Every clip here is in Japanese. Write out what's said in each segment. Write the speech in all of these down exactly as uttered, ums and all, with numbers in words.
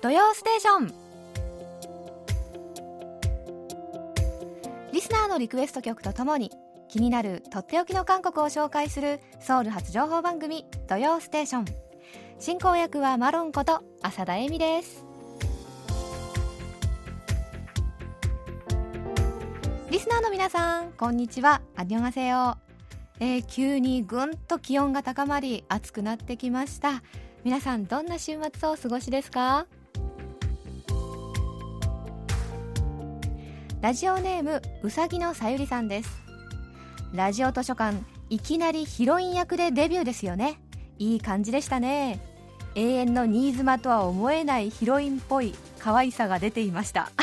土曜ステーション。リスナーのリクエスト曲とともに気になるとっておきの韓国を紹介するソウル発情報番組土曜ステーション。進行役はマロンこと浅田恵美です。リスナーの皆さんこんにちは。アンニョンハセヨ。えー、急にぐんと気温が高まり暑くなってきました。皆さんどんな週末をお過ごしですか？ラジオネームうさぎのさゆりさんです。ラジオ図書館いきなりヒロイン役でデビューですよね。いい感じでしたね。永遠の新妻とは思えないヒロインっぽい可愛さが出ていました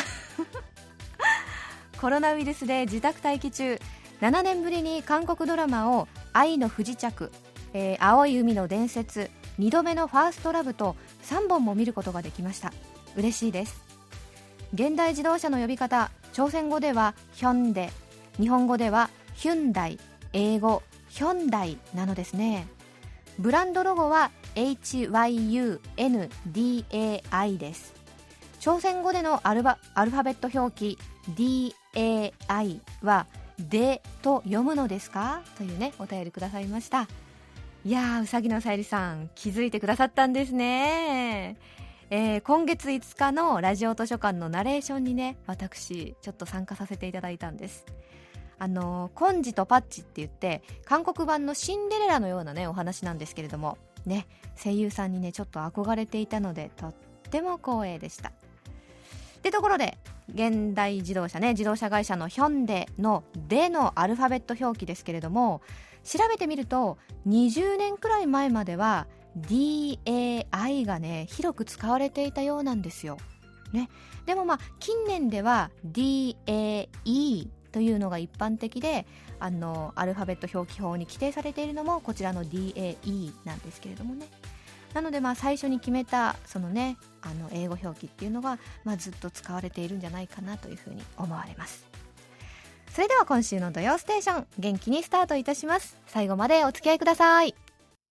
コロナウイルスで自宅待機中、ななねんぶりに韓国ドラマを愛の不時着、えー、青い海の伝説、にどめのファーストラブとさんぼんも見ることができました。嬉しいです。現代自動車の呼び方、朝鮮語ではヒョンデ、日本語ではヒュンダイ、英語ヒョンダイなのですね。ブランドロゴは エイチワイユーエヌディーエーアイ です。朝鮮語でのアルバ、アルファベット表記 ディーエーアイ はでと読むのですかというねお便りくださいました。いやー、うさぎのさゆりさん気づいてくださったんですね。えー、今月いつかのラジオ図書館のナレーションにね私ちょっと参加させていただいたんです。あのコンジとパッチって言って韓国版のシンデレラのようなねお話なんですけれどもね、声優さんにねちょっと憧れていたのでとっても光栄でした。でところで現代自動車ね自動車会社のヒョンデのでのアルファベット表記ですけれども、調べてみるとにじゅうねんくらい前までは ディーエーアイ がね広く使われていたようなんですよ、ね、でもまあ近年では ディーエーイー というのが一般的で、あのアルファベット表記法に規定されているのもこちらの ディーエーイー なんですけれどもね。なのでまあ最初に決めたそのねあの英語表記っていうのが、まあ、ずっと使われているんじゃないかなというふうに思われます。それでは今週の土曜ステーション元気にスタートいたします。最後までお付き合いください。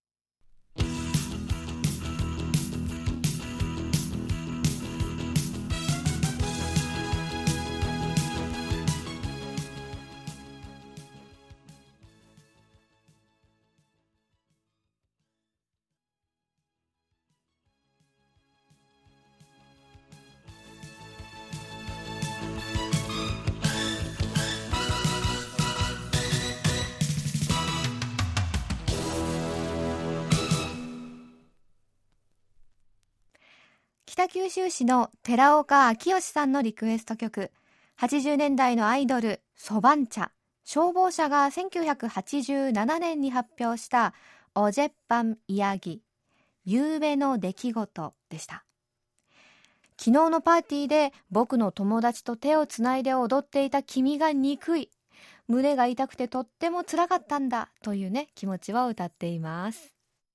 北九州市の寺岡昭義さんのリクエスト曲、はちじゅうねんだいのアイドルソバンチャ、消防車がせんきゅうひゃくはちじゅうななねんに発表したオジェッパンイヤギ、夕べの出来事でした。昨日のパーティーで僕の友達と手をつないで踊っていた君が憎い、胸が痛くてとっても辛かったんだというね気持ちを歌っています。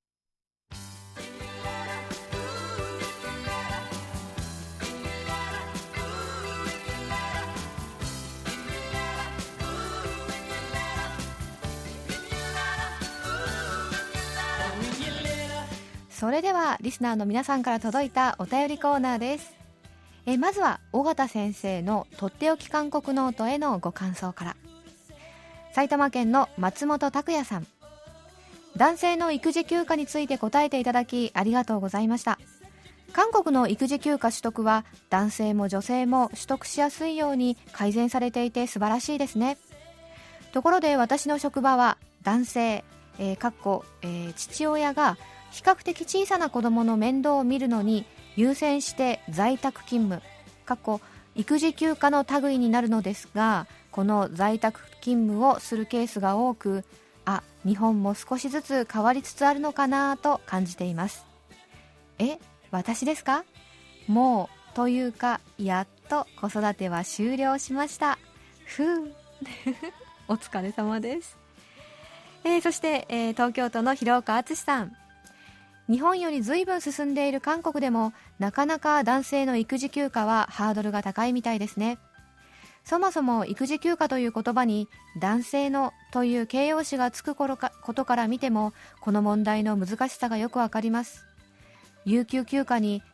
それではリスナーの皆さんから届いたお便りコーナーです。えまずは尾形先生のとっておき韓国ノートへのご感想から。埼玉県の松本拓也さん、男性の育児休暇について答えていただきありがとうございました。韓国の育児休暇取得は男性も女性も取得しやすいように改善されていて素晴らしいですね。ところで私の職場は男性、えーかっこえー父親が比較的小さな子供の面倒を見るのに優先して在宅勤務、かっこ育児休暇の類になるのですが、この在宅勤務をするケースが多く、あ、日本も少しずつ変わりつつあるのかなと感じています。え、私ですか？もうというかやっと子育ては終了しました。ふうお疲れ様です。えー、そして、えー、東京都の広岡敦さん、日本より随分進んでいる韓国でもなかなか男性の育児休暇はハードルが高いみたいですね。そもそも育児休暇という言葉に男性のという形容詞がつくことから見てもこの問題の難しさがよくわかります。有給休暇に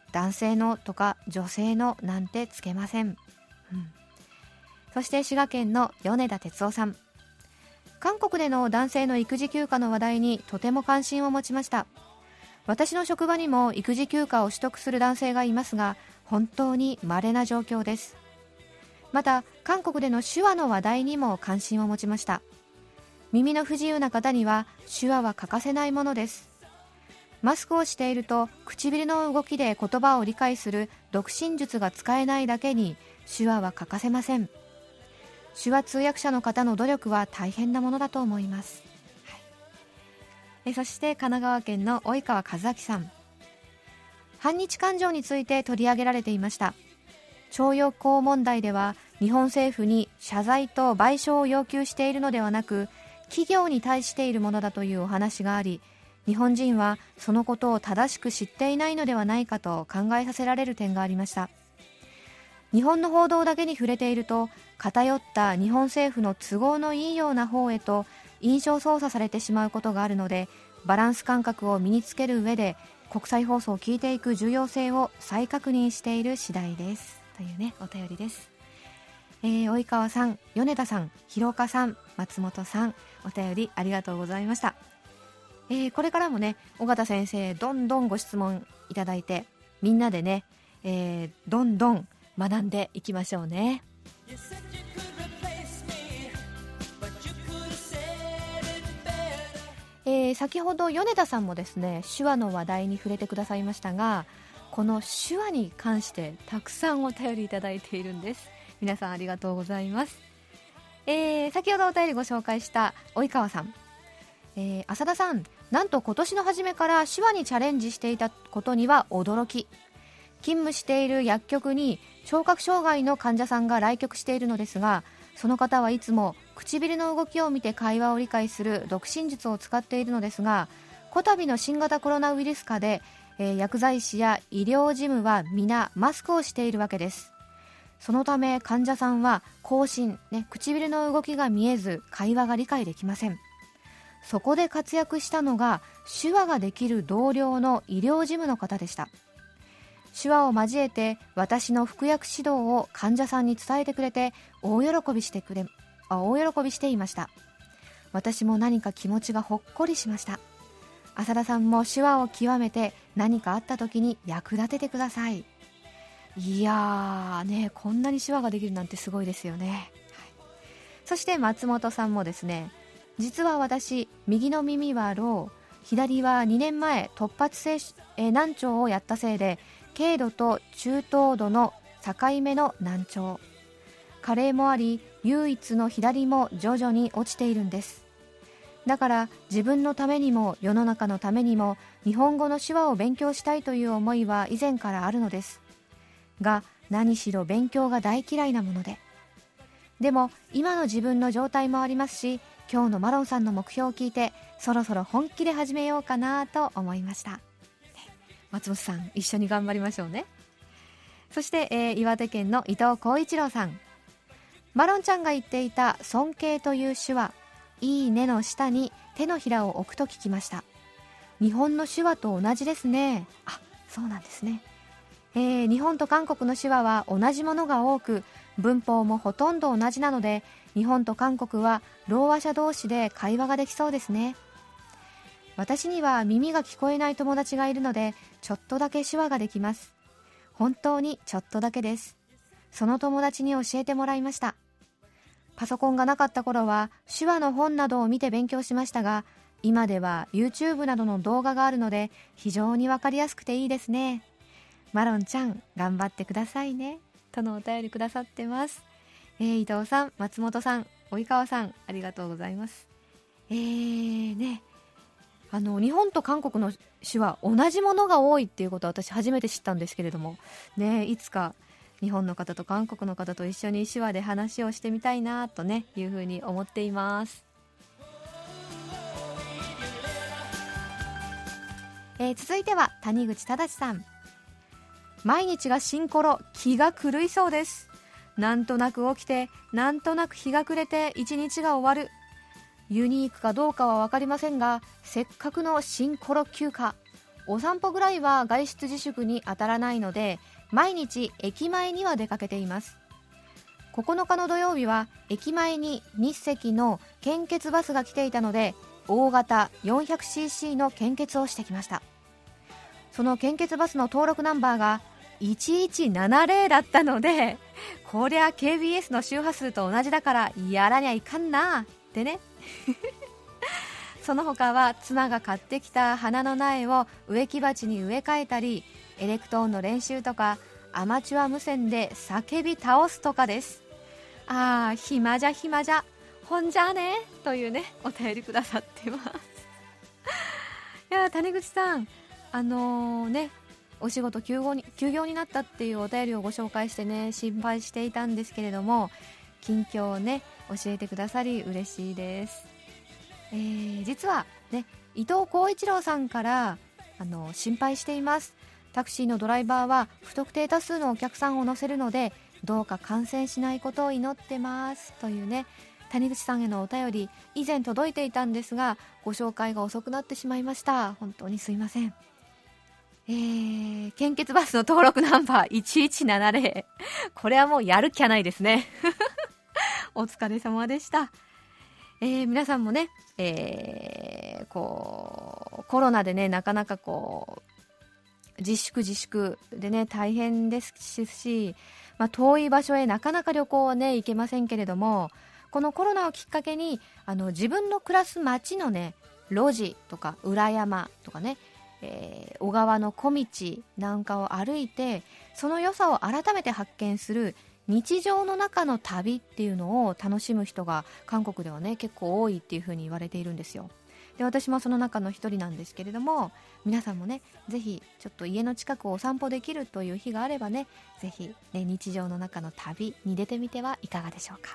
男性のとか女性のなんてつけません、うん、そして滋賀県の米田哲夫さん、韓国での男性の育児休暇の話題にとても関心を持ちました。私の職場にも育児休暇を取得する男性がいますが、本当に稀な状況です。また韓国での手話の話題にも関心を持ちました。耳の不自由な方には手話は欠かせないものです。マスクをしていると唇の動きで言葉を理解する読心術が使えないだけに手話は欠かせません。手話通訳者の方の努力は大変なものだと思います、はい、えそして神奈川県の及川和明さん、反日感情について取り上げられていました。徴用工問題では日本政府に謝罪と賠償を要求しているのではなく、企業に対しているものだというお話があり、日本人はそのことを正しく知っていないのではないかと考えさせられる点がありました。日本の報道だけに触れていると、偏った日本政府の都合のいいような方へと印象操作されてしまうことがあるので、バランス感覚を身につける上で国際放送を聞いていく重要性を再確認している次第ですというね、お便りです。えー、及川さん、米田さん、広岡さん、松本さん、お便りありがとうございました。えー、これからもね、尾形先生どんどんご質問いただいて、みんなでね、えー、どんどん学んでいきましょうね。えー、先ほど米田さんもですね、手話の話題に触れてくださいましたが、この手話に関してたくさんお便りいただいているんです。皆さんありがとうございます。えー、先ほどお便りご紹介した及川さん、えー、浅田さん、なんと今年の初めから手話にチャレンジしていたことには驚き。勤務している薬局に聴覚障害の患者さんが来局しているのですが、その方はいつも唇の動きを見て会話を理解する読心術を使っているのですが、こたびの新型コロナウイルス禍で、えー、薬剤師や医療事務は皆マスクをしているわけです。そのため患者さんは口唇、ね、唇の動きが見えず会話が理解できません。そこで活躍したのが手話ができる同僚の医療事務の方でした。手話を交えて私の服薬指導を患者さんに伝えてくれて大喜びしてくれあ大喜びしていました。私も何か気持ちがほっこりしました。浅田さんも手話を極めて何かあった時に役立ててください。いやーね、こんなに手話ができるなんてすごいですよね、はい、そして松本さんもですね、実は私右の耳はロー、左はにねんまえ突発性、えー、難聴をやったせいで軽度と中等度の境目の難聴、加齢もあり唯一の左も徐々に落ちているんです。だから自分のためにも世の中のためにも日本語の手話を勉強したいという思いは以前からあるのですが、何しろ勉強が大嫌いなもので、でも今の自分の状態もありますし、今日のマロンさんの目標を聞いてそろそろ本気で始めようかなと思いました。松本さん一緒に頑張りましょうね。そして、えー、岩手県の伊藤浩一郎さん、マロンちゃんが言っていた尊敬という手話、いいねの下に手のひらを置くと聞きました。日本の手話と同じですね。あ、そうなんですね。えー、日本と韓国の手話は同じものが多く、文法もほとんど同じなので、日本と韓国はろう話者同士で会話ができそうですね。私には耳が聞こえない友達がいるので、ちょっとだけ手話ができます。本当にちょっとだけです。その友達に教えてもらいました。パソコンがなかった頃は手話の本などを見て勉強しましたが、今では YouTube などの動画があるので非常にわかりやすくていいですね。マロンちゃん頑張ってくださいね、とのお便りくださってます。えー、伊藤さん、松本さん、及川さん、ありがとうございます。えーね、あの日本と韓国の手話同じものが多いっていうことは私初めて知ったんですけれどもね、いつか日本の方と韓国の方と一緒に手話で話をしてみたいなとね、いうふうに思っています。えー、続いては谷口忠さん、毎日が新コロ、気が狂いそうです。なんとなく起きてなんとなく日が暮れて一日が終わる。ユニークかどうかは分かりませんが、せっかくの新コロ休暇、 お散歩ぐらいは外出自粛に当たらないので、毎日駅前には出かけています。ここのかの土曜日は駅前に日赤の献血バスが来ていたので、大型 よんひゃくシーシー の献血をしてきました。その献血バスの登録ナンバーがいちいちななゼロだったので、こりゃ ケービーエス の周波数と同じだからやらにゃいかんなってねその他は妻が買ってきた花の苗を植木鉢に植え替えたり、エレクトーンの練習とか、アマチュア無線で叫び倒すとかです。あー、暇じゃ暇じゃほんじゃねというね、お便りくださってますいや、谷口さん、あのー、ねお仕事休業に休業になったっていうお便りをご紹介してね、心配していたんですけれども、近況をね教えてくださり嬉しいです。えー、実はね、伊藤浩一郎さんからあの心配しています。タクシーのドライバーは不特定多数のお客さんを乗せるので、どうか感染しないことを祈ってますというね、谷口さんへのお便り以前届いていたんですが、ご紹介が遅くなってしまいました。本当にすいません。えー、献血バスの登録ナンバーいちいちななゼロ、これはもうやる気ゃないですねお疲れ様でした。えー、皆さんもね、えー、こうコロナでね、なかなかこう自粛自粛でね大変ですし、まあ、遠い場所へなかなか旅行はね行けませんけれども、このコロナをきっかけにあの自分の暮らす街のね路地とか裏山とかね、えー、小川の小道なんかを歩いて、その良さを改めて発見する日常の中の旅っていうのを楽しむ人が韓国ではね結構多いっていう風に言われているんですよ。で、私もその中の一人なんですけれども、皆さんもねぜひちょっと家の近くをお散歩できるという日があればね、ぜひね日常の中の旅に出てみてはいかがでしょうか。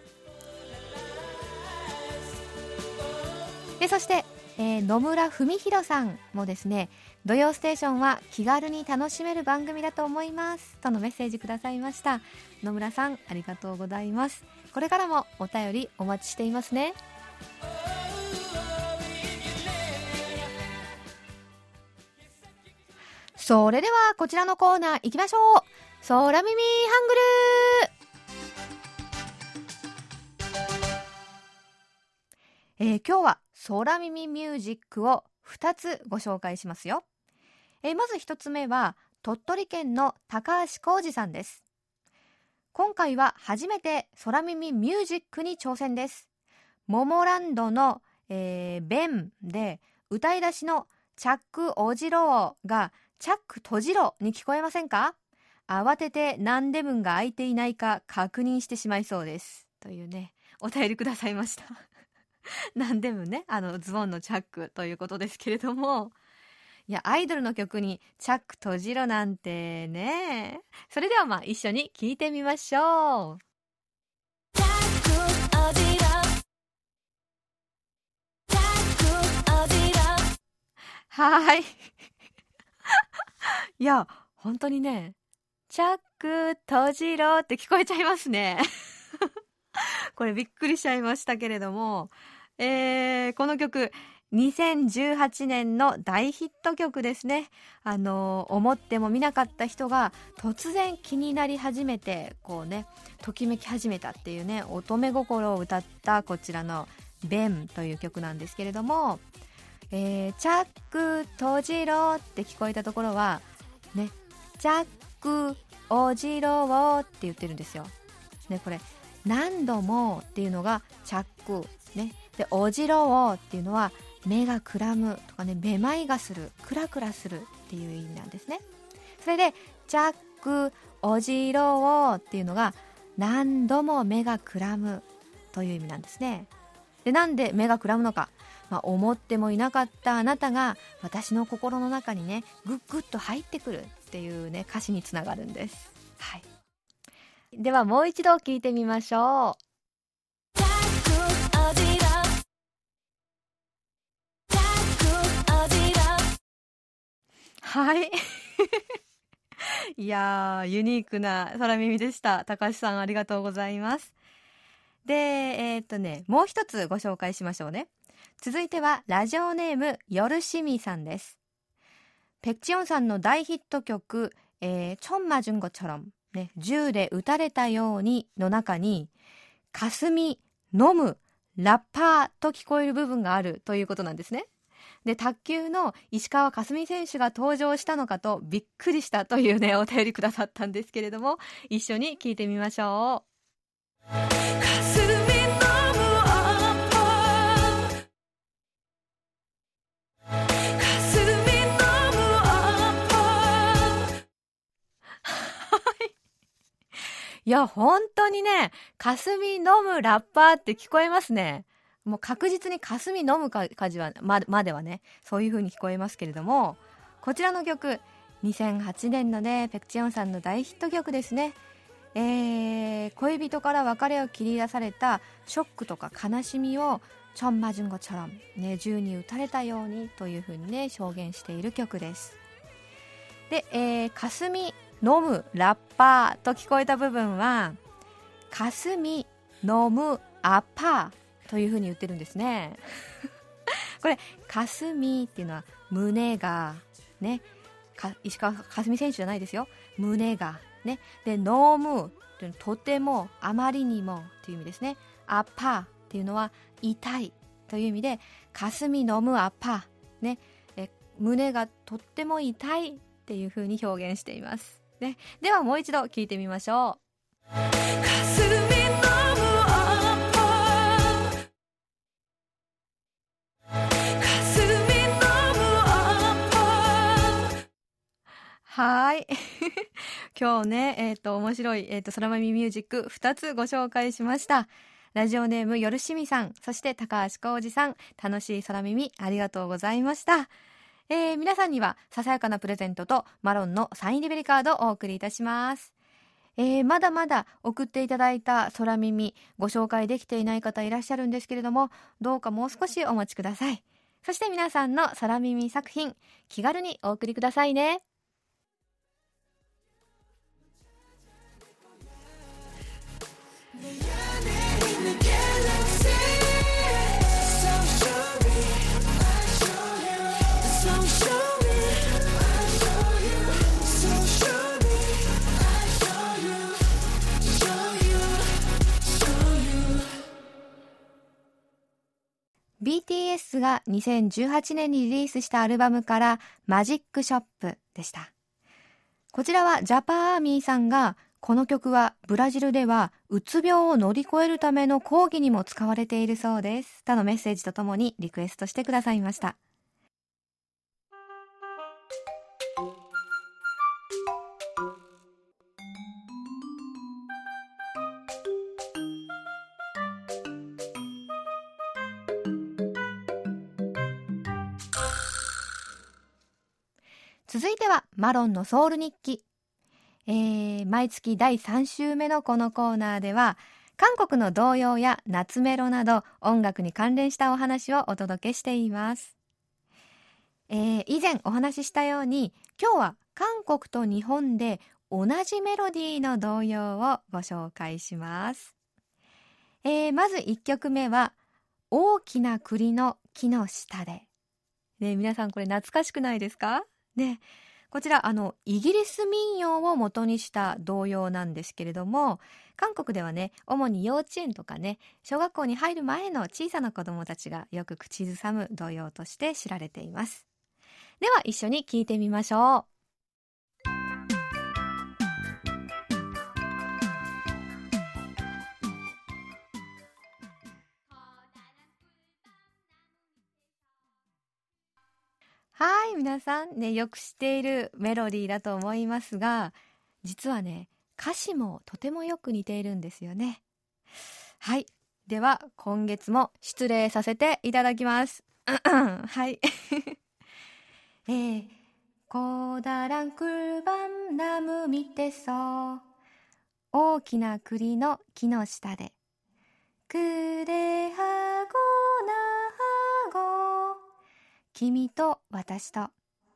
で、そして、えー、野村文弘さんもですね、土曜ステーションは気軽に楽しめる番組だと思いますとのメッセージくださいました。野村さん、ありがとうございます。これからもお便りお待ちしていますね。それではこちらのコーナー行きましょう。空耳ハングル。えー、今日は空耳ミュージックをふたつご紹介しますよ。えー、まずひとつめは鳥取県の高橋浩二さんです。今回は初めて空耳ミュージックに挑戦です。モモランドの、えー、ベンで歌い出しのチャックオジローがチャック閉じろに聞こえませんか？慌てて何で文が開いていないか確認してしまいそうですというね、お便りくださいました何でもね、あのズボンのチャックということですけれども、いや、アイドルの曲にチャック閉じろなんてね。それではまあ一緒に聞いてみましょう。チャック閉じろ、チャック閉じろ。はいいや本当にね、チャック閉じろって聞こえちゃいますねこれびっくりしちゃいましたけれども、えー、この曲にせんじゅうはちねんの大ヒット曲ですね。あの思ってもみなかった人が突然気になり始めて、こうねときめき始めたっていうね、乙女心を歌ったこちらのベンという曲なんですけれども、えー、チャック閉じろって聞こえたところはね、チャック閉じろって言ってるんですよね。これ何度もっていうのがチャックね、でおじろっていうのは目がくらむとかね、めまいがする、クラクラするっていう意味なんですね。それでチャックおじろっていうのが何度も目がくらむという意味なんですね。で、なんで目がくらむのか、まあ、思ってもいなかったあなたが私の心の中にねグッグッと入ってくるっていうね歌詞につながるんです。はい、ではもう一度聞いてみましょう。はいいやー、ユニークな空耳でした。高橋さん、ありがとうございます。で、えー、っとねもう一つご紹介しましょうね。続いてはラジオネーム夜しみさんです。 백지영さんの大ヒット曲、えー、처음 맞은 것처럼、ね、銃で撃たれたようにの中に霞飲むラッパーと聞こえる部分があるということなんですね。で、卓球の石川佳純選手が登場したのかとびっくりしたというね、お便りくださったんですけれども、一緒に聞いてみましょう。いや、本当にね、霞飲むラッパーって聞こえますね。もう確実に霞飲むか家事は ま, まではね、そういう風に聞こえますけれども、こちらの曲にせんはちねんのね、ペクチヨンさんの大ヒット曲ですね。えー、恋人から別れを切り出されたショックとか悲しみを처음 맞은 것처럼、ね、銃に撃たれたようにという風にね、表現している曲です。で、えー、霞飲むラッパーと聞こえた部分は霞飲むアパーという風に言ってるんですね。これ霞っていうのは胸がね、か石川佳純選手じゃないですよ、胸がね。で、飲むっていうのはとてもあまりにもという意味ですね。アパーっていうのは痛いという意味で、霞飲むアパーね、え胸がとっても痛いっていう風に表現していますね。ではもう一度聞いてみましょう。はい。今日ね、えっと、面白い、えっと、空耳ミュージックふたつご紹介しました。ラジオネームよるしみさん、そして高橋浩二さん、楽しい空耳ありがとうございました。えー、皆さんにはささやかなプレゼントとマロンのサインリベリカードをお送りいたします。えー、まだまだ送っていただいた空耳ご紹介できていない方いらっしゃるんですけれども、どうかもう少しお待ちください。そして皆さんの空耳作品気軽にお送りくださいね。ビーティーエス がにせんじゅうはちねんにリリースしたアルバムからマジックショップでした。こちらはジャパーアーミーさんが、この曲はブラジルではうつ病を乗り越えるための講義にも使われているそうですとのメッセージとともにリクエストしてくださいました。続いてはマロンのソウル日記。えー、毎月だいさん週目のこのコーナーでは、韓国の童謡や夏メロなど音楽に関連したお話をお届けしています。えー、以前お話ししたように、今日は韓国と日本で同じメロディーの童謡をご紹介します。えー、まずいっきょくめは大きな栗の木の下で、ね、皆さんこれ懐かしくないですかね。こちらあのイギリス民謡を元にした童謡なんですけれども、韓国ではね、主に幼稚園とかね、小学校に入る前の小さな子どもたちがよく口ずさむ童謡として知られています。では一緒に聞いてみましょう。はい、皆さんね、よく知っているメロディーだと思いますが、実はね、歌詞もとてもよく似ているんですよね。はい、では今月も失礼させていただきます。はい。えー、커다란 꿀밤 나무 밑에서大きな栗の木の下で그대하고 나하고君と私と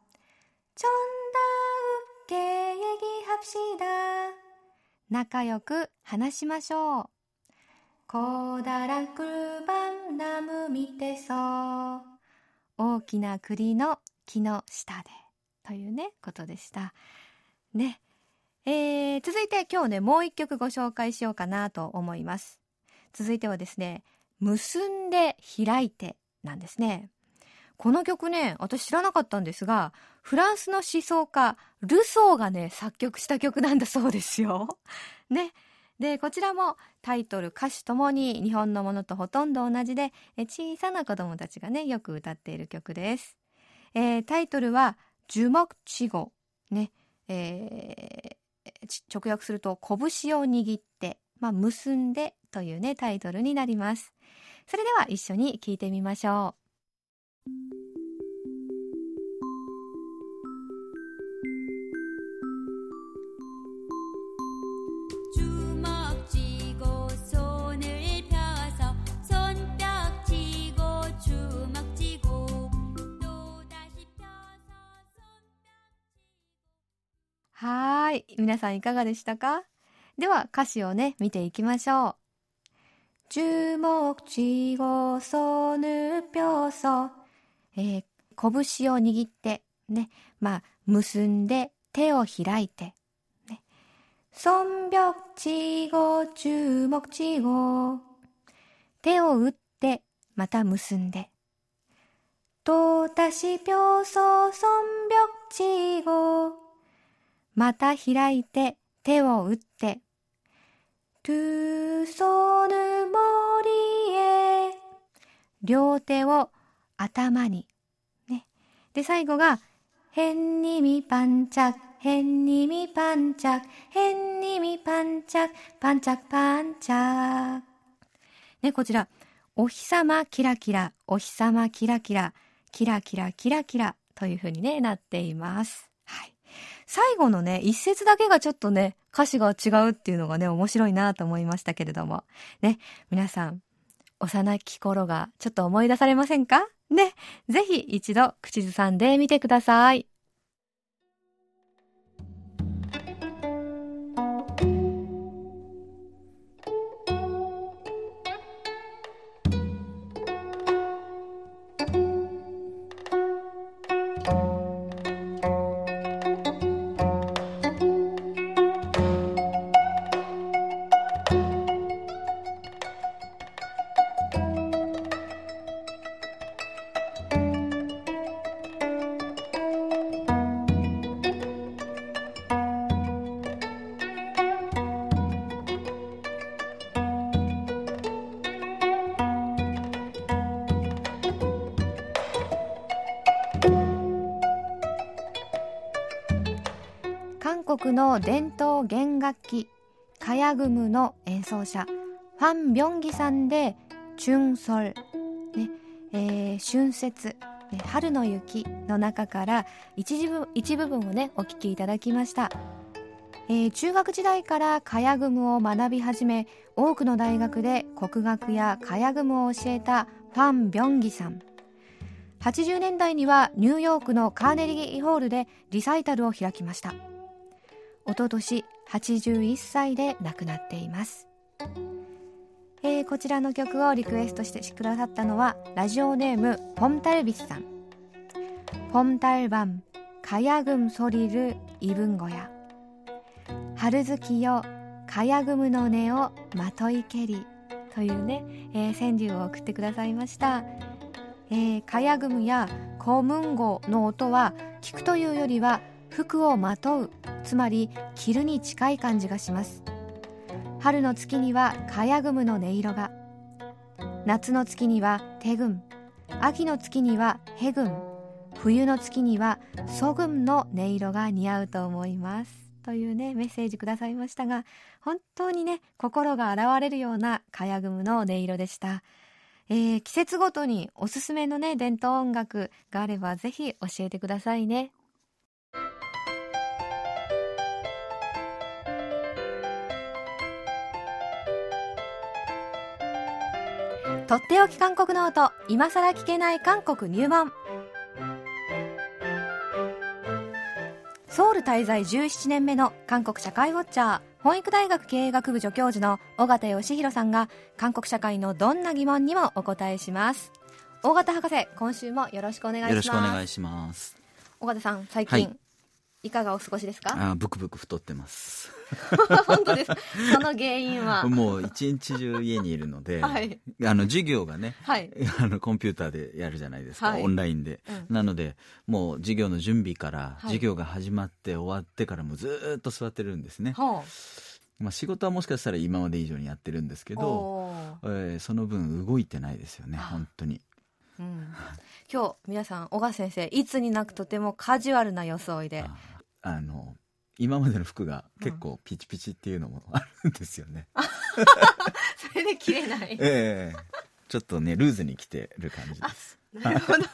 정다웁게 얘기합시다仲良く話しましょう。커다란 꿀밤 나무 밑에서大きな栗の木の下でというねことでしたね。えー、続いて今日ねもう一曲ご紹介しようかなと思います。続いてはですね、結んで開いてなんですね。この曲ね私知らなかったんですが、フランスの思想家ルソーがね作曲した曲なんだそうですよね。でこちらもタイトル歌詞ともに日本のものとほとんど同じで、え小さな子供たちがねよく歌っている曲です。えー、タイトルはジュモクチゴね、えー、直訳すると拳を握って、まあ、結んでというねタイトルになります。それでは一緒に聴いてみましょう。はーい、皆さんいかがでしたか？では歌詞をね見ていきましょう。주먹쥐고 손을 펴서、えー、拳を握ってね、まあ結んで手を開いて、ね、손뼉 치고 주먹 치고手を打ってまた結んで、또 다시 펴서 손뼉 치고また開いて手を打って、두 손을 머리에両手を頭に、ね、で最後が햇님이 반짝 햇님이 반짝 햇님이 반짝 반짝 반짝、ね、こちらお日様キラキラお日様キラキラキラキラキラキラという風に、ね、なっています。はい、最後のね一節だけがちょっとね歌詞が違うっていうのがね面白いなと思いましたけれどもね、皆さん幼き頃がちょっと思い出されませんかね。ぜひ一度口ずさんでみてください。韓国の伝統弦楽器カヤグムの演奏者ファン・ビョンギさんで春sol、ねえー、春節、ね、春の雪の中から一部、一部分をねお聴きいただきました。えー、中学時代からカヤグムを学び始め、多くの大学で国楽やカヤグムを教えたファン・ビョンギさん。はちじゅうねんだいにはニューヨークのカーネギーホールでリサイタルを開きました。おととしはちじゅういっさいで亡くなっています。えー、こちらの曲をリクエストしてくださったのはラジオネームポムタルビスさん。ポムタルバムカヤグムソリルイブンゴヤ、春月よカヤグムの音をまといけりというね、えー、川柳を送ってくださいました。えー、カヤグムやコムンゴの音は聞くというよりは服をまとう、つまり着るに近い感じがします。春の月にはカヤグムの音色が、夏の月にはテグム、秋の月にはヘグム、冬の月にはソグムの音色が似合うと思いますというねメッセージくださいましたが、本当にね心が洗われるようなカヤグムの音色でした。えー、季節ごとにおすすめのね伝統音楽があればぜひ教えてくださいね。とっておき韓国の音、今さら聞けない韓国入門。ソウル滞在じゅうななねんめの韓国社会ウォッチャー、本育大学経営学部助教授の尾形義弘さんが韓国社会のどんな疑問にもお答えします。尾形博士、今週もよろしくお願いします。 よろしくお願いします。 尾形さん最近、はい、いかがお過ごしですか？ あ、ブクブク太ってます本当ですか？その原因はもう一日中家にいるので、はい、あの授業がね、はい、あのコンピューターでやるじゃないですか、はい、オンラインで、うん、なのでもう授業の準備から、はい、授業が始まって終わってからもずっと座ってるんですね、はあ、まあ、仕事はもしかしたら今まで以上にやってるんですけど、えー、その分動いてないですよね本当に、 うん、今日皆さん小川先生いつになくとてもカジュアルな装いで、ああの今までの服が結構ピチピチっていうのもあるんですよね、うん、 それで着れない、 えー、ちょっとねルーズに着てる感じです。 なるほど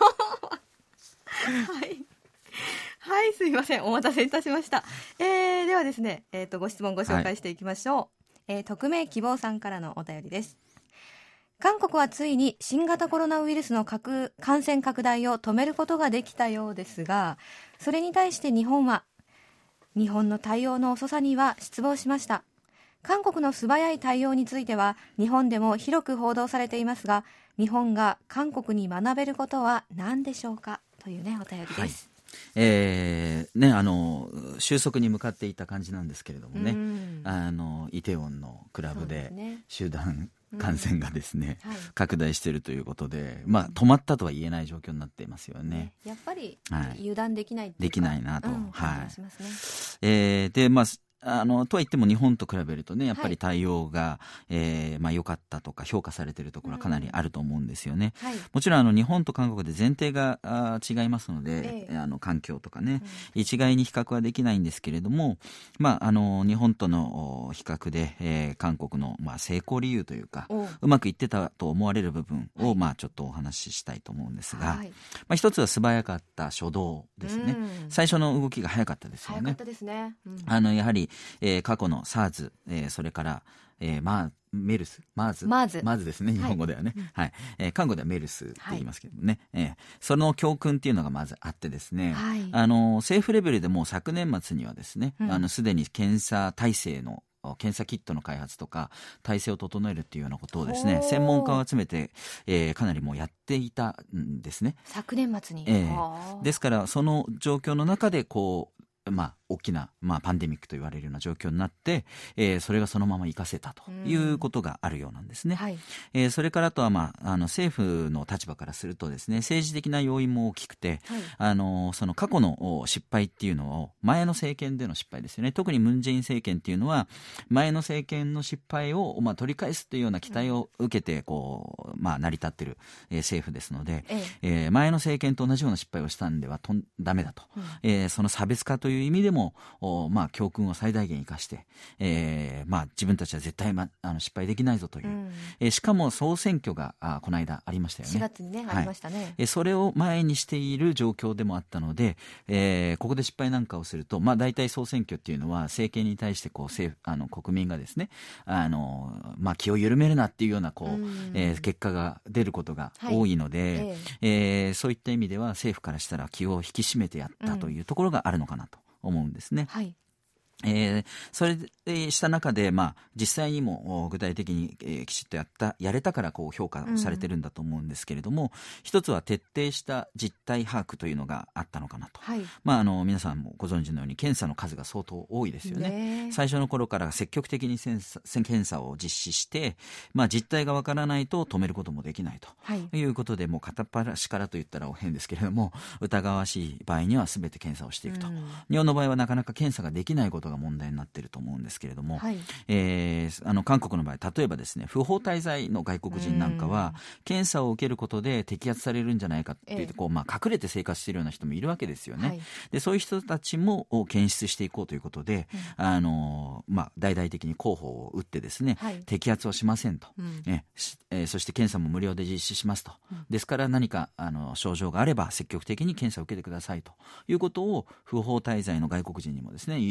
はいはい、すいません、お待たせいたしました。えー、ではですね、えーと、ご質問ご紹介していきましょう、はい、えー、匿名希望さんからのお便りです。韓国はついに新型コロナウイルスの感染拡大を止めることができたようですが、それに対して日本は日本の対応の遅さには失望しました。韓国の素早い対応については日本でも広く報道されていますが、日本が韓国に学べることは何でしょうか、というねお便りです。はい、 えーね、あの収束に向かっていた感じなんですけれどもね、あのイテウォンのクラブで集団感染がですね、うんはい、拡大しているということで、まあ、止まったとは言えない状況になっていますよね。 やっぱり、はい、油断できないっていうかできないなと、 うん、はい、しますね。 えー、でまああのとは言っても日本と比べるとねやっぱり対応が、はいえーまあ、良かったとか評価されているところはかなりあると思うんですよね、うんはい、もちろんあの日本と韓国で前提があ違いますので、ええ、あの環境とかね、うん、一概に比較はできないんですけれども、まあ、あの日本との比較で、えー、韓国の、まあ、成功理由というかうまくいってたと思われる部分を、はいまあ、ちょっとお話ししたいと思うんですが、はいまあ、一つは素早かった初動ですね、うん、最初の動きが早かったですよね。 早かったですね、うん、 あのやはりえー、過去の SARS、えー、それから、えーまあ、メルスマーズマーズマーズですね日本語ではね、はいはいえー、韓国ではメルスって言いますけどもね、はいえー、その教訓っていうのがまずあってですね、はい、あの政府レベルでもう昨年末にはですね、うん、あのすでに検査体制の検査キットの開発とか体制を整えるっていうようなことをですね専門家を集めて、えー、かなりもうやっていたんですね昨年末に、 えー、ですからその状況の中でこうまあ、大きな、まあ、パンデミックと言われるような状況になって、えー、それがそのまま活かせたということがあるようなんですね、はいえー、それからあとは、まあ、あの政府の立場からするとですね政治的な要因も大きくて、はい、あのその過去の失敗っていうのを前の政権での失敗ですよね特にムン・ジェイン政権っていうのは前の政権の失敗を、まあ、取り返すというような期待を受けてこう、まあ、成り立っている、えー、政府ですので、えええー、前の政権と同じような失敗をしたんではとんダメだと、うんえー、その差別化という意味でも、まあ、教訓を最大限生かして、えーまあ、自分たちは絶対、ま、あの失敗できないぞという、うんえー、しかも総選挙があこの間ありましたよね。 しがつにね、はい、ありましたね、 えー、それを前にしている状況でもあったので、えー、ここで失敗なんかをすると、まあ、大体総選挙っていうのは政権に対してこう政府あの国民がですねあの、まあ、気を緩めるなっていうようなこう、うんえー、結果が出ることが多いので、はいえーえー、そういった意味では政府からしたら気を引き締めてやったというところがあるのかなと思うんですね。はいえー、それでした中で、まあ、実際にも具体的に、えー、きちっとやったやれたからこう評価されてるんだと思うんですけれども、うん、一つは徹底した実態把握というのがあったのかなと、はいまあ、あの皆さんもご存知のように検査の数が相当多いですよね。ね最初の頃から積極的に検査、検査を実施して、まあ、実態がわからないと止めることもできないと、はい、いうことでもう片っ端からと言ったら変ですけれども疑わしい場合には全て検査をしていくと、うん、日本の場合はなかなか検査ができないことが問題になっていると思うんですけれども、はいえー、あの韓国の場合例えばですね不法滞在の外国人なんかは検査を受けることで摘発されるんじゃないかって言ってこう、まあ、隠れて生活しているような人もいるわけですよね、はい、でそういう人たちも検出していこうということで、うんあのまあ、大々的に広報を打ってですね、はい、摘発はしませんと、うんええー、そして検査も無料で実施しますと、うん、ですから何かあの症状があれば積極的に検査を受けてくださいということを不法滞在の外国人にもですねいろ、いろんな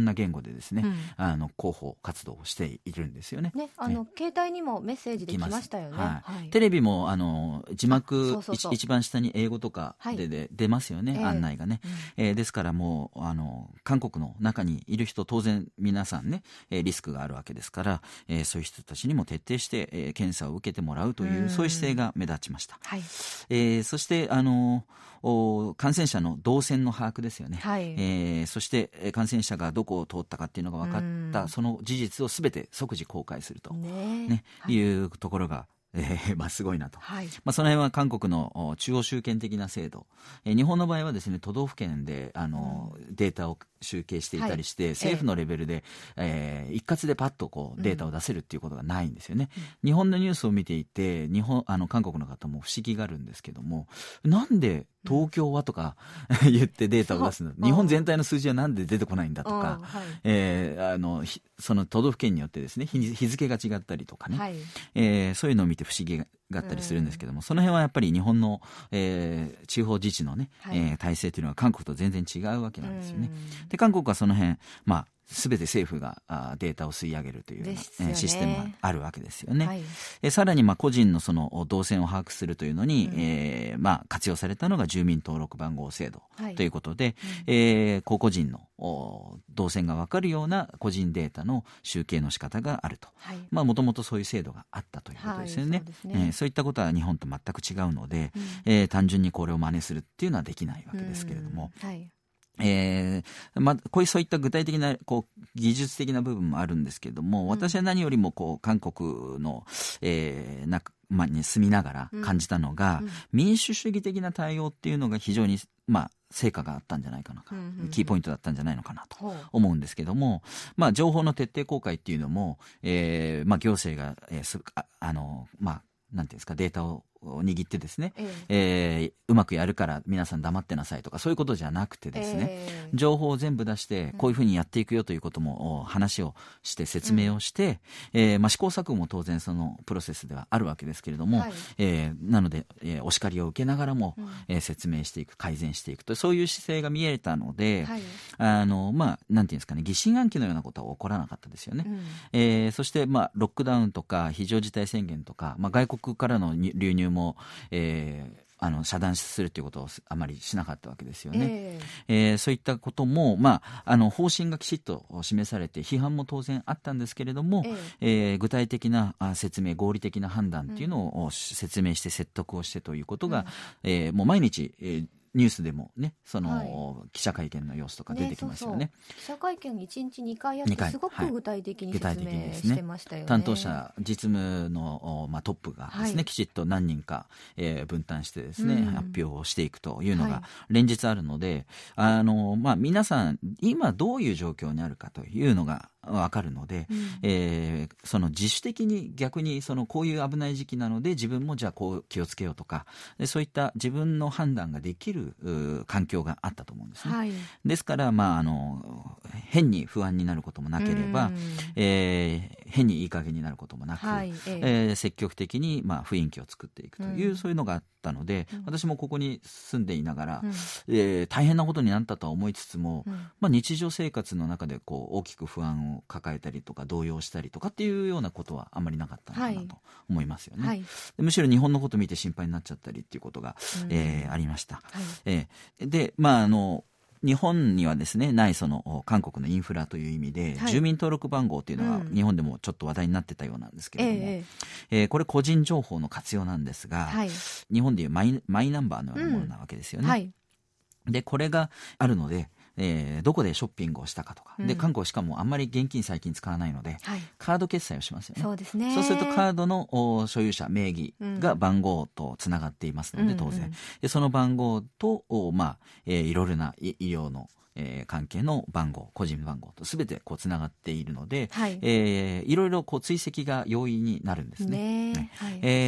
な言語でですね、 うん、 あの広報活動をしているんですよね。 ね、あの、ね、携帯にもメッセージできましたよね。 はいはい、 テレビもあの字幕そうそうそう、 一番下に英語とかで、で、はい、出ますよね、えー、案内がね、うんえー、ですからもうあの韓国の中にいる人当然皆さんねリスクがあるわけですから、えー、そういう人たちにも徹底して、えー、検査を受けてもらうという、うん、そういう姿勢が目立ちました。はいえー、そしてあの感染者の動線の把握ですよね、はいえー、そして感染者がどこを通ったかっていうのが分かったその事実をすべて即時公開すると、ねねはい、いうところがえーまあ、すごいなと、はいまあ、その辺は韓国の中央集権的な制度、えー、日本の場合はですね都道府県であの、うん、データを集計していたりして、はい、政府のレベルで、えー、一括でパッとこうデータを出せるっていうことがないんですよね、うん、日本のニュースを見ていて日本あの韓国の方も不思議があるんですけどもなんで東京はとか言ってデータを出すの、日本全体の数字はなんで出てこないんだとか、はいえー、あのその都道府県によってですね 日, 日付が違ったりとかね、はいえー、そういうのを見て不思議があったりするんですけども、その辺はやっぱり日本の、えー、地方自治のね、はいえー、体制というのは韓国と全然違うわけなんですよね。で韓国はその辺まあすべて政府がデータを吸い上げるというような、ね、システムがあるわけですよね、はいえさらにまあ個人のその動線を把握するというのに、うんえーまあ、活用されたのが住民登録番号制度ということで、はいうんえー、個々人の動線が分かるような個人データの集計の仕方があると、はいまあ、もともとそういう制度があったということですよね、はい そうですね、えー、そういったことは日本と全く違うので、うんえー、単純にこれを真似するっていうのはできないわけですけれども、うんはいえーま、こういうそういった具体的なこう技術的な部分もあるんですけれども、私は何よりもこう韓国の、えーなまあ、に住みながら感じたのが、うんうん、民主主義的な対応っていうのが非常に、まあ、成果があったんじゃないかな、うんうんうん、キーポイントだったんじゃないのかなと思うんですけども、まあ、情報の徹底公開っていうのも、えーまあ、行政が、えー、すああのまあなんていうんですかデータを握ってですね、えええー、うまくやるから皆さん黙ってなさいとかそういうことじゃなくてですね、えー、情報を全部出してこういうふうにやっていくよということも話をして説明をして、うんえーまあ、試行錯誤も当然そのプロセスではあるわけですけれども、はいえー、なので、えー、お叱りを受けながらも、うんえー、説明していく改善していくとそういう姿勢が見えたので、はいあのまあ、なんていうんですかね疑心暗鬼のようなことは起こらなかったですよね、うんえー、そして、まあ、ロックダウンとか非常事態宣言とか、まあ、外国からの流入も、えー、あの遮断するということをあまりしなかったわけですよね、えーえー、そういったことも、まあ、あの方針がきちっと示されて批判も当然あったんですけれども、えーえー、具体的な説明合理的な判断というのを、うん、説明して説得をしてということが、うんえー、もう毎日、えーニュースでもねその、はい、記者会見の様子とか出てきますよね。 ねそうそう記者会見いちにちにかいやってすごく具体的に説明してましたよね。 担当者実務の、まあ、トップがですね、はい、きちっと何人か、えー、分担してですね、うん、発表をしていくというのが連日あるので、はいあのまあ、皆さん今どういう状況にあるかというのが分かるので、うんえー、その自主的に逆にそのこういう危ない時期なので自分もじゃあこう気をつけようとかでそういった自分の判断ができる環境があったと思うんですね、はい、ですから、まあ、あの変に不安になることもなければ、うんえー、変にいい加減になることもなく、はいえーえー、積極的に、まあ、雰囲気を作っていくという、うん、そういうのがあったので、うん、私もここに住んでいながら、うんえー、大変なことになったとは思いつつも、うんまあ、日常生活の中でこう大きく不安を抱えたりとか動揺したりとかっていうようなことはあんまりなかったのかなと思いますよね、はい、むしろ日本のことを見て心配になっちゃったりっていうことが、うんえー、ありました、はいえー、でまああの日本にはですねないその韓国のインフラという意味で、はい、住民登録番号というのは日本でもちょっと話題になってたようなんですけれども、ええー、これ個人情報の活用なんですが、はい、日本でいうマイ、マイナンバーのようなものなわけですよね、うんはい、でこれがあるのでえー、どこでショッピングをしたかとか、うん、で韓国しかもあんまり現金最近使わないので、はい、カード決済をしますよね。 そうですね。 そうするとカードの所有者名義が番号とつながっていますので、うん、当然でその番号と、まあえー、いろいろな医療のえー、関係の番号個人番号とすべてこうつながっているので、はいえー、いろいろこう追跡が容易になるんですね。ねはいえー、です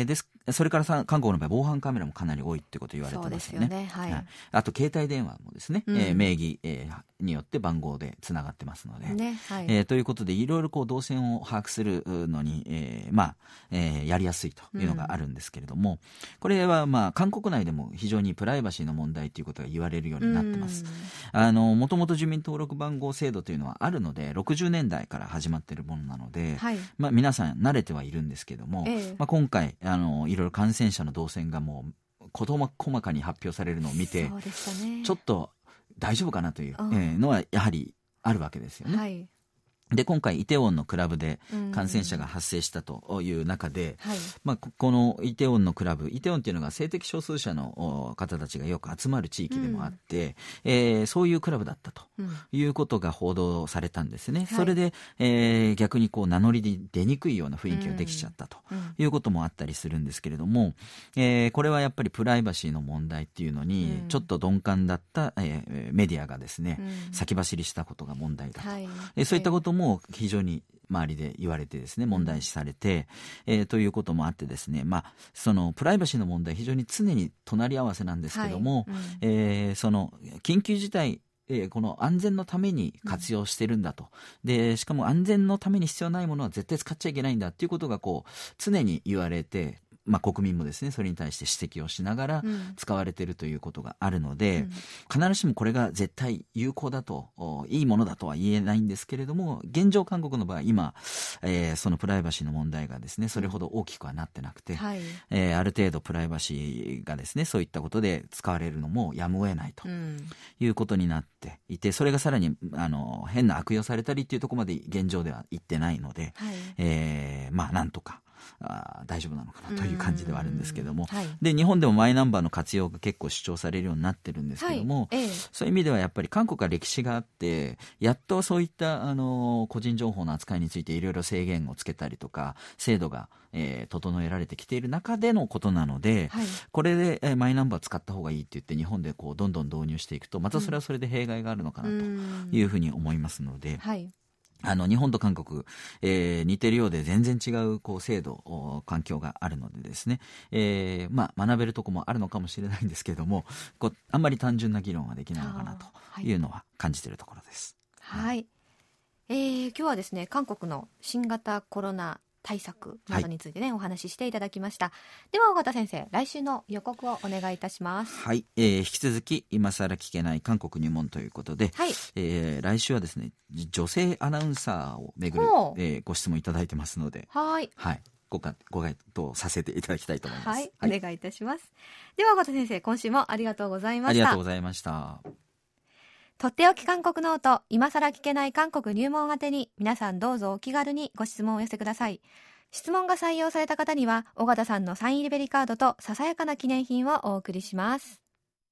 それからさ韓国の場合防犯カメラもかなり多いってこと言われてますよね。 そうですよね、はいはい、あと携帯電話もですね、うんえー、名義、えー、によって番号でつながってますので、ねはいえー、ということでいろいろこう動線を把握するのに、えーまあえー、やりやすいというのがあるんですけれども、うん、これはまあ韓国内でも非常にプライバシーの問題ということが言われるようになってます。もともと住民登録番号制度というのはあるのでろくじゅうねんだいから始まっているものなので、はいまあ、皆さん慣れてはいるんですけども、えーまあ、今回あのいろいろ感染者の動線がもう事細かに発表されるのを見て、 そうでしたね、 ちょっと大丈夫かなというのはやはりあるわけですよね。はいで今回イテウォンのクラブで感染者が発生したという中で、はいまあ、このイテウォンのクラブイテウォンっていうのが性的少数者の方たちがよく集まる地域でもあって、うんえー、そういうクラブだったということが報道されたんですね、うん、それで、えー、逆にこう名乗りに出にくいような雰囲気ができちゃったということもあったりするんですけれども、えー、これはやっぱりプライバシーの問題っていうのにちょっと鈍感だった、えー、メディアがですね、うん、先走りしたことが問題だと、はい、そういったこともも非常に周りで言われてですね問題視されて、えー、ということもあってですね、まあ、そのプライバシーの問題非常に常に隣り合わせなんですけども、はいうんえー、その緊急事態えー、この安全のために活用してるんだと、うん、でしかも安全のために必要ないものは絶対使っちゃいけないんだっていうことがこう常に言われて、まあ、国民もですねそれに対して指摘をしながら使われているということがあるので、うん、必ずしもこれが絶対有効だといいものだとは言えないんですけれども、現状韓国の場合今、えー、そのプライバシーの問題がですねそれほど大きくはなってなくて、はいえー、ある程度プライバシーがですねそういったことで使われるのもやむを得ないということになっていて、それがさらにあの変な悪用されたりっていうところまで現状では言ってないので、はいえー、まあなんとかあ大丈夫なのかなという感じではあるんですけども、はい、で日本でもマイナンバーの活用が結構主張されるようになってるんですけども、はいええ、そういう意味ではやっぱり韓国は歴史があってやっとそういったあの個人情報の扱いについていろいろ制限をつけたりとか制度が、えー、整えられてきている中でのことなので、はい、これで、えー、マイナンバー使った方がいいって言って日本でこうどんどん導入していくとまたそれはそれで弊害があるのかなというふうに思いますので、はいあの日本と韓国、えー、似てるようで全然違うこう制度環境があるのでですね、えーまあ、学べるとこもあるのかもしれないんですけれどもこうあんまり単純な議論はできないのかなというのは感じているところです。 はい、えー、今日はですね韓国の新型コロナ対策などについてね、はい、お話ししていただきました。では尾形先生来週の予告をお願いいたします。 はい、えー、引き続き今更聞けない韓国入門ということで、はいえー、来週はですね女性アナウンサーをめぐる、えー、ご質問いただいてますのではい、はい、ごかご回答させていただきたいと思います。 はい、はい、お願いいたします。では尾形先生今週もありがとうございました。 ありがとうございました。 とっておき韓国ノート今更聞けない韓国入門宛てに皆さんどうぞお気軽にご質問をお寄せください。質問が採用された方には尾形さんのサイン入りベリカードとささやかな記念品をお送りします。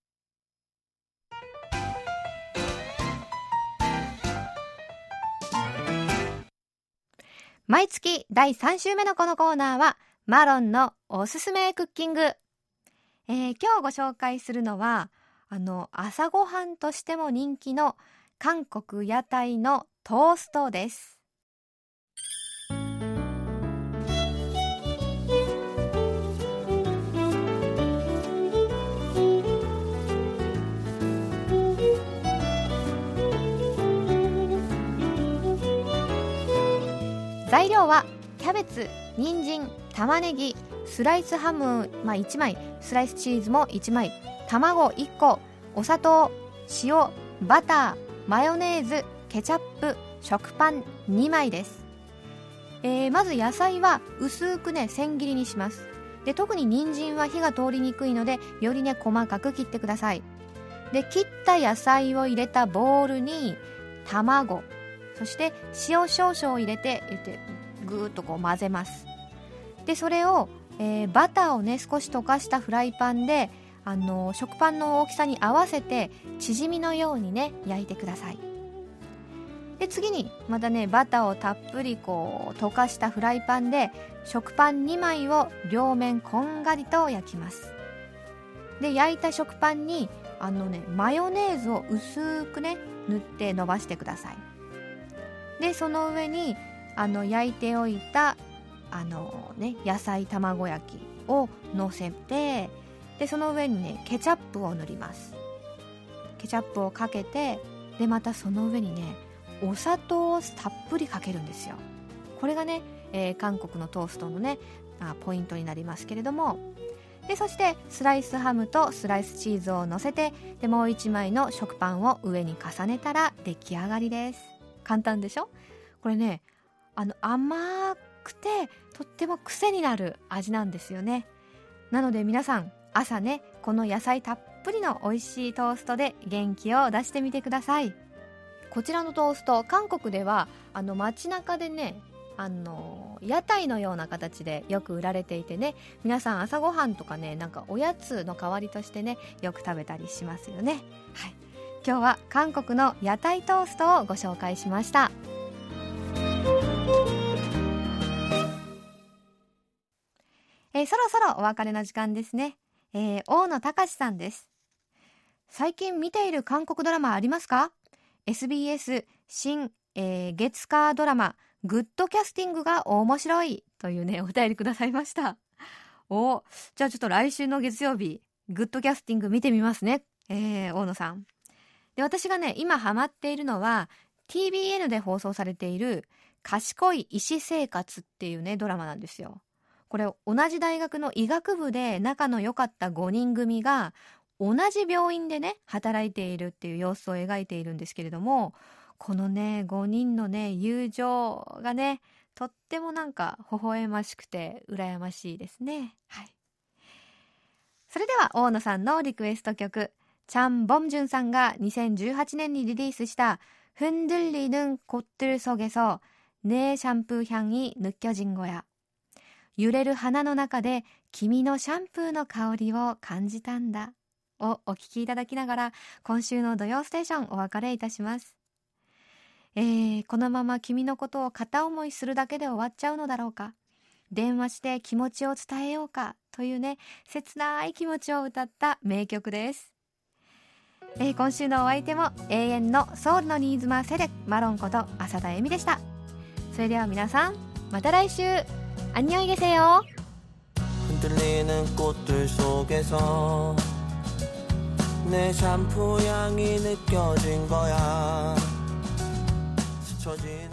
毎月だいさん週目のこのコーナーはマロンのおすすめクッキング、えー、今日ご紹介するのはあの朝ごはんとしても人気の韓国屋台のトーストです。材料はキャベツ、人参、玉ねぎ、スライスハム、まあ、いちまい、スライスチーズもいちまい、卵いっこ、お砂糖、塩、バター、マヨネーズ、ケチャップ、食パンにまいです。えー、まず野菜は薄くね千切りにします。で特に人参は火が通りにくいのでよりね細かく切ってください。で切った野菜を入れたボウルに卵、そして塩少々入れてぐーっとこう混ぜます。でそれを、えー、バターをね少し溶かしたフライパンであの食パンの大きさに合わせて縮みのようにね焼いてください。で次にまたねバターをたっぷりこう溶かしたフライパンで食パンにまいを両面こんがりと焼きます。で焼いた食パンにあのねマヨネーズを薄くね塗って伸ばしてください。でその上にあの焼いておいたあの、ね、野菜卵焼きを乗せて、でその上にねケチャップを塗ります。ケチャップをかけて、でまたその上にねお砂糖をたっぷりかけるんですよ。これがね、えー、韓国のトーストのねあポイントになりますけれども、でそしてスライスハムとスライスチーズを乗せて、でもう一枚の食パンを上に重ねたら出来上がりです。簡単でしょ。これねあの甘くてとっても癖になる味なんですよね。なので皆さん朝ねこの野菜たっぷりの美味しいトーストで元気を出してみてください。こちらのトースト、韓国ではあの街中でねあの屋台のような形でよく売られていてね、皆さん朝ごはんとかねなんかおやつの代わりとしてねよく食べたりしますよね。はい、今日は韓国の屋台トーストをご紹介しました。えー、そろそろお別れの時間ですね。えー、大野隆さんです。最近見ている韓国ドラマありますか？ エスビーエス 新、えー、月火ドラマグッドキャスティングが面白いというねお便りくださいました。お、じゃあちょっと来週の月曜日グッドキャスティング見てみますね、えー、大野さんで。私がね今ハマっているのは ティービーエヌ で放送されている賢い医師生活っていうねドラマなんですよ。これ同じ大学の医学部で仲の良かったごにん組が同じ病院でね働いているっていう様子を描いているんですけれども、このねごにんのね友情がねとってもなんか微笑ましくて羨ましいですね。はい、それでは大野さんのリクエスト曲、チャン・ボムジュンさんがにせんじゅうはちねんにリリースした흔들리는 꽃들 속에서 내 샴푸 향이 느껴진 거야。揺れる花の中で君のシャンプーの香りを感じたんだをお聞きいただきながら、今週の土曜ステーションお別れいたします。えー、このまま君のことを片思いするだけで終わっちゃうのだろうか、電話して気持ちを伝えようかというね切ない気持ちを歌った名曲です。えー、今週のお相手も永遠のソウルの新妻セレマロンこと浅田恵美でした。それでは皆さんまた来週、안녕히 계세요. 흔들리는 꽃들 속에서 내 샴푸 향이 느껴진 거야. 스쳐진